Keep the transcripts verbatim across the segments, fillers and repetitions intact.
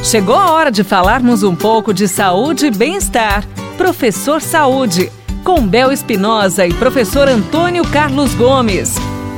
Chegou a hora de falarmos um pouco de saúde e bem-estar. Professor Saúde, com Bel Espinosa e professor Antônio Carlos Gomes.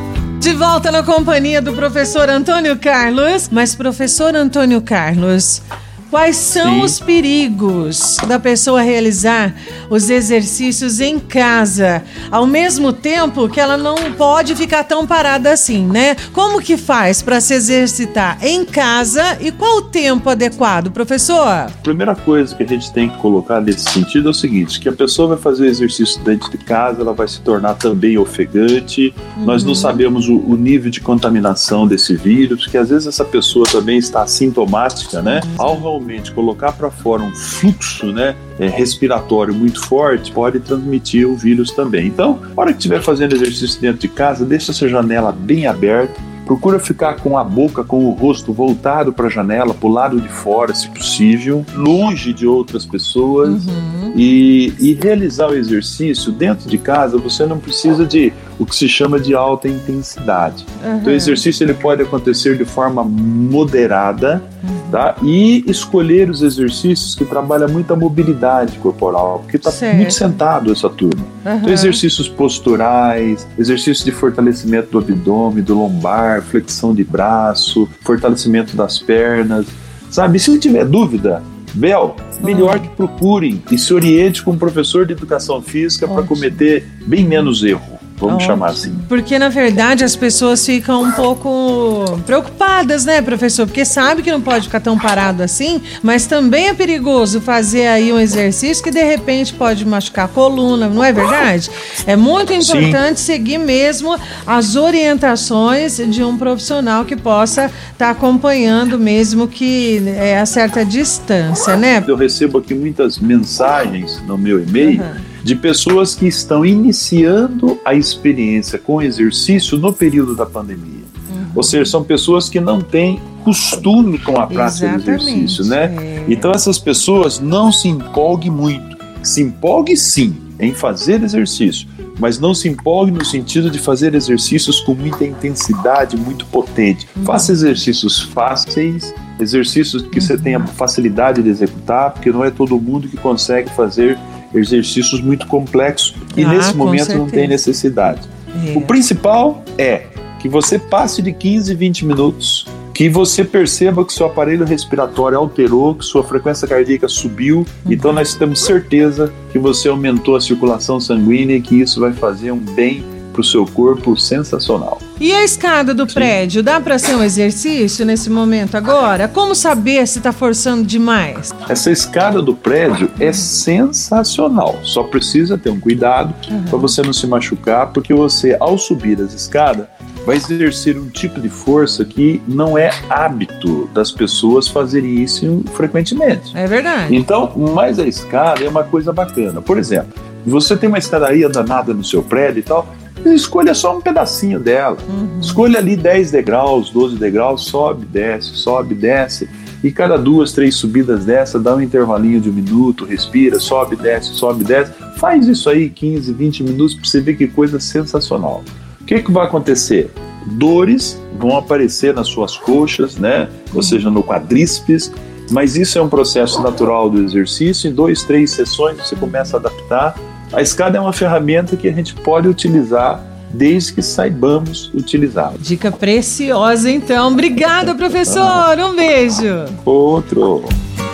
De volta na companhia do professor Antônio Carlos. Mas, professor Antônio Carlos, quais são Sim. os perigos da pessoa realizar os exercícios em casa, ao mesmo tempo que ela não pode ficar tão parada assim, né? Como que faz para se exercitar em casa e qual o tempo adequado, professor? A primeira coisa que a gente tem que colocar nesse sentido é o seguinte, que a pessoa vai fazer o exercício dentro de casa, ela vai se tornar também ofegante, uhum. nós não sabemos o, o nível de contaminação desse vírus, porque às vezes essa pessoa também está assintomática, né? Ao realmente colocar para fora um fluxo, né, é, respiratório muito forte, pode transmitir o vírus também. Então, na hora que estiver fazendo exercício dentro de casa, deixa essa janela bem aberta, procura ficar com a boca, com o rosto voltado para a janela, para o lado de fora, se possível, longe de outras pessoas, uhum. e, e realizar o exercício dentro de casa. Você não precisa de o que se chama de alta intensidade. Uhum. Então, o exercício ele pode acontecer de forma moderada, uhum. tá? E escolher os exercícios que trabalham muito a mobilidade corporal, porque está muito sentado essa turma. Uhum. Então, exercícios posturais, exercícios de fortalecimento do abdômen, do lombar, flexão de braço, fortalecimento das pernas, sabe? Se tiver dúvida, Bel, melhor que procurem e se oriente com um professor de educação física para cometer bem menos erro. Vamos Ótimo. chamar assim. Porque, na verdade, as pessoas ficam um pouco preocupadas, né, professor? Porque sabe que não pode ficar tão parado assim, mas também é perigoso fazer aí um exercício que, de repente, pode machucar a coluna, não é verdade? É muito importante Sim. seguir mesmo as orientações de um profissional que possa estar tá acompanhando mesmo que é, a certa distância, né? Eu recebo aqui muitas mensagens no meu e-mail, uhum. de pessoas que estão iniciando a experiência com exercício no período da pandemia. Uhum. Ou seja, são pessoas que não têm costume com a prática Exatamente. do exercício, né? É. Então essas pessoas não se empolguem muito. Se empolgue sim em fazer exercício, mas não se empolgue no sentido de fazer exercícios com muita intensidade, muito potente. Uhum. Faça exercícios fáceis, exercícios que uhum. você tenha facilidade de executar, porque não é todo mundo que consegue fazer exercícios muito complexos e ah, nesse momento certeza. não tem necessidade. É. O principal é que você passe de quinze, vinte minutos, que você perceba que seu aparelho respiratório alterou, que sua frequência cardíaca subiu, uhum. então nós temos certeza que você aumentou a circulação sanguínea e que isso vai fazer um bem para o seu corpo sensacional. E a escada do Sim. prédio, dá para ser um exercício nesse momento agora? Como saber se está forçando demais? Essa escada do prédio é sensacional, só precisa ter um cuidado uhum. para você não se machucar, porque você, ao subir as escadas, vai exercer um tipo de força que não é hábito das pessoas fazerem isso frequentemente. É verdade. Então, mas a escada é uma coisa bacana. Por exemplo, você tem uma escadaria danada no seu prédio e tal, escolha só um pedacinho dela. Uhum. Escolha ali dez degraus, doze degraus, sobe, desce, sobe, desce. E cada duas, três subidas dessa, dá um intervalinho de um minuto, respira, sobe, desce, sobe, desce. Faz isso aí quinze, vinte minutos para você ver que coisa sensacional. O que, que vai acontecer? Dores vão aparecer nas suas coxas, né? Ou seja, no quadríceps. Mas isso é um processo natural do exercício. Em dois, três sessões você começa a adaptar. A escada é uma ferramenta que a gente pode utilizar desde que saibamos utilizá-la. Dica preciosa, então. Obrigada, professor. Um beijo. Outro.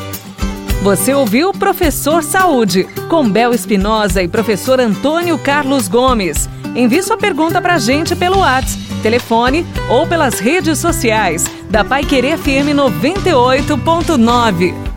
Você ouviu Professor Saúde, com Bel Espinosa e professor Antônio Carlos Gomes. Envie sua pergunta pra gente pelo WhatsApp, telefone ou pelas redes sociais da Paiquerê F M noventa e oito ponto nove.